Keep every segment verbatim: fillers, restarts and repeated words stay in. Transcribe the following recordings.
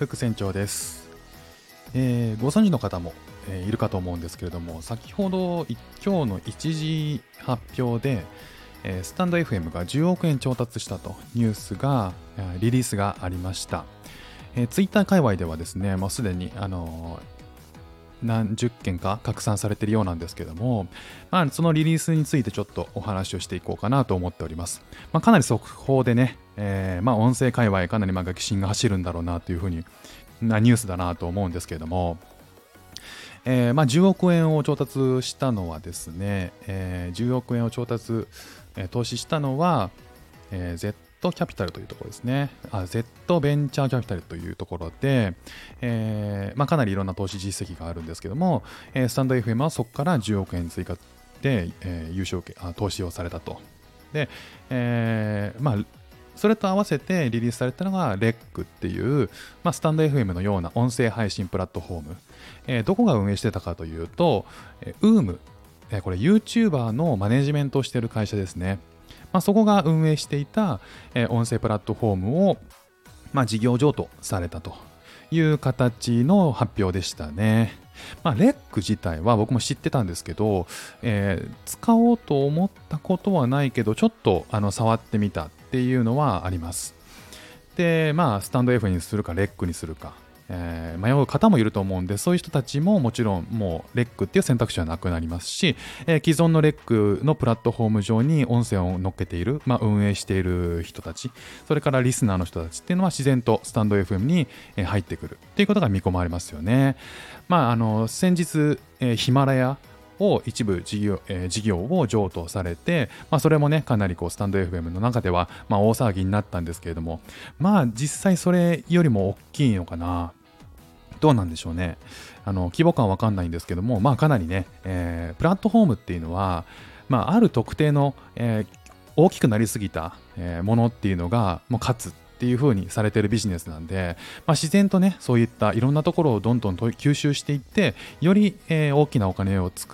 副船長です。えーご存知の方も、えーいるかと思うんですけれども、先ほどい今日の一時発表で、えースタンド エフエム がじゅうおくえん調達したとニュースが、えーリリースがありました。えー、ツイッター界隈ではですね、もうすでに、あのー何十件か拡散されているようなんですけども、まあ、そのリリースについてちょっとお話をしていこうかなと思っております。まあ、かなり速報でね、えーまあ、音声界隈かなりまあ激震が走るんだろうなというふうになニュースだなと思うんですけれども、えーまあ、じゅうおくえんを調達したのはですね、えーじゅうおくえんを調達、えー投資したのは、えー Z キャピタルというところですね。あ Z ベンチャーキャピタルというところで、えーまあ、かなりいろんな投資実績があるんですけども、えースタンド エフエム はそこからじゅうおくえん追加で、えー優勝あ投資をされたと。で、えーまあ、それと合わせてリリースされたのが レック っていう、まあ、スタンド エフエム のような音声配信プラットフォーム。えーどこが運営してたかというと、えー、ウーム、えーこれ YouTuber のマネジメントをしている会社ですね。まあ、そこが運営していた、えー音声プラットフォームを、まあ、事業譲渡されたという形の発表でしたね。まあ、レック自体は僕も知ってたんですけど、えー使おうと思ったことはないけど、ちょっとあの触ってみたっていうのはあります。で、まあ、スタンド F にするか、レックにするか、えー迷う方もいると思うんで、そういう人たちももちろんもうレックっていう選択肢はなくなりますし、えー既存のレックのプラットフォーム上に音声を乗っけている、まあ、運営している人たち、それからリスナーの人たちっていうのは自然とスタンド エフエム にえー入ってくるっていうことが見込まれますよね。まあ、あの先日、えーヒマラヤを一部事業、えー事業を譲渡されて、まあ、それもねかなりこうスタンド エフエム の中では、まあ、大騒ぎになったんですけれども、まあ実際それよりも大きいのかな。どうなんでしょうね。あの規模感わかんないんですけども、まあかなりね、えープラットフォームっていうのは、まあ、ある特定の、えー大きくなりすぎた、えーものっていうのがもう勝つっていう風にされてるビジネスなんで、まあ、自然とねそういったいろんなところをどんどんと吸収していって、より、えー大きなお金を作って、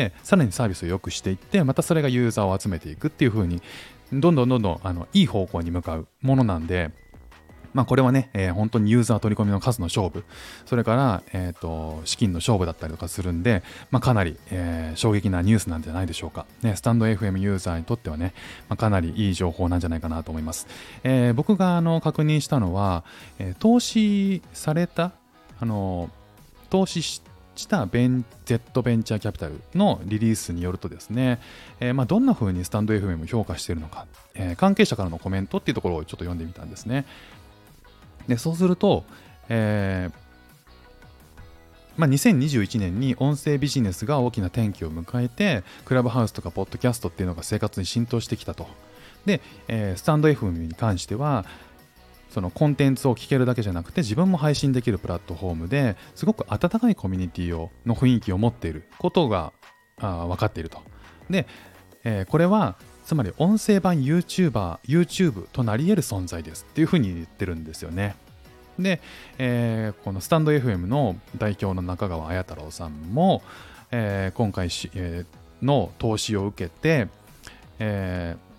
さらにサービスを良くしていって、またそれがユーザーを集めていくっていう風に、どんどんどんどんあのいい方向に向かうものなんで、まあこれはね、えー本当にユーザー取り込みの数の勝負、それから、えーと、資金の勝負だったりとかするんで、まあかなり、えー衝撃なニュースなんじゃないでしょうか。ね、スタンド エフエム ユーザーにとってはね、まあ、かなりいい情報なんじゃないかなと思います。えー僕があの確認したのは、えー投資された、あの、投資ししたベン Z ベンチャーキャピタルのリリースによるとですね、えーまあ、どんな風にスタンド エフエム を評価しているのか、えー関係者からのコメントっていうところをちょっと読んでみたんですね。でそうすると、えーまあ、にせんにじゅういちねんに音声ビジネスが大きな転機を迎えて、クラブハウスとかポッドキャストっていうのが生活に浸透してきたと。で、えースタンド エフエム に関しては、そのコンテンツを聞けるだけじゃなくて自分も配信できるプラットフォームですごく温かいコミュニティをの雰囲気を持っていることがあ分かっていると。で、えーこれはつまり音声版 YouTuber、YouTube となり得る存在ですっていうふうに言ってるんですよね。で、えーこのスタンド エフエム の代表の中川綾太郎さんも、えー今回し、えーの投資を受けて、えー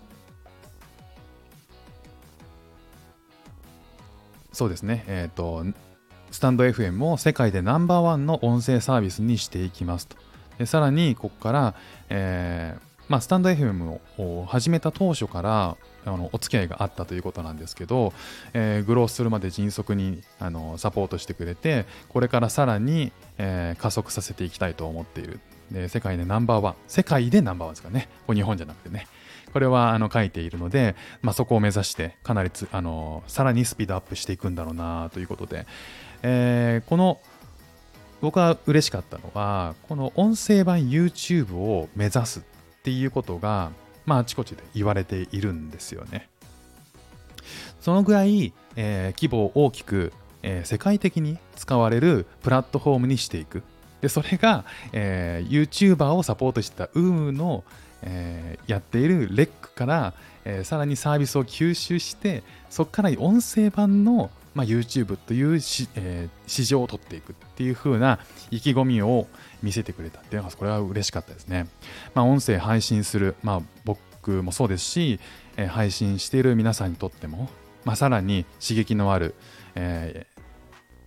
そうですね、えっと、スタンド エフエム を世界でナンバーワンの音声サービスにしていきますと。でさらに、ここから、えーまあ、スタンド エフエム を始めた当初からあのお付き合いがあったということなんですけど、えーグロースするまで迅速にあのサポートしてくれて、これからさらに、えー加速させていきたいと思っている。で世界でナンバーワン、世界でナンバーワンですかね。これ日本じゃなくてね。これはあの書いているので、まあ、そこを目指してかなりつあのさらにスピードアップしていくんだろうなということで、えーこの僕は嬉しかったのは、この音声版 YouTube を目指すっていうことが、まあ、あちこちで言われているんですよね。そのぐらい、えー規模を大きく、えー世界的に使われるプラットフォームにしていく。で、それが、えー YouTuber をサポートしてた ウーム の、えーやっている レック から、えーさらにサービスを吸収して、そこから音声版の、まあ、YouTube というし、えー市場を取っていくっていう風な意気込みを見せてくれたっていうのが、これは嬉しかったですね。まあ、音声配信する、まあ、僕もそうですし、えー配信している皆さんにとっても、まあ、さらに刺激のある、えー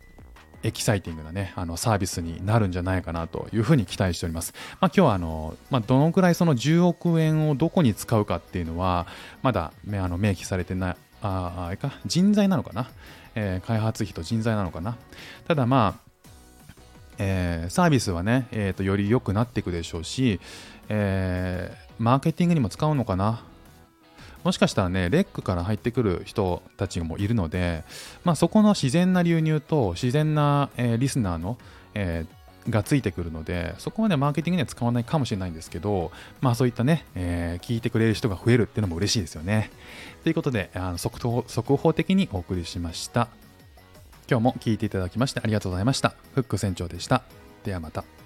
エキサイティングなね、あのサービスになるんじゃないかなというふうに期待しております。まあ、今日はあの、まあ、どのくらいそのじゅうおくえんをどこに使うかっていうのは、まだめあの明記されてない、ああれか、人材なのかな、えー開発費と人材なのかな。ただまあ、えーサービスはね、えーと、より良くなっていくでしょうし、えーマーケティングにも使うのかな。もしかしたらね、レックから入ってくる人たちもいるので、まあ、そこの自然な流入と自然な、えーリスナーの、えーがついてくるので、そこまでマーケティングには使わないかもしれないんですけど、まあそういったね、えー聞いてくれる人が増えるっていうのも嬉しいですよね。ということで、あの速報速報的にお送りしました。今日も聞いていただきましてありがとうございました。フック船長でした。ではまた。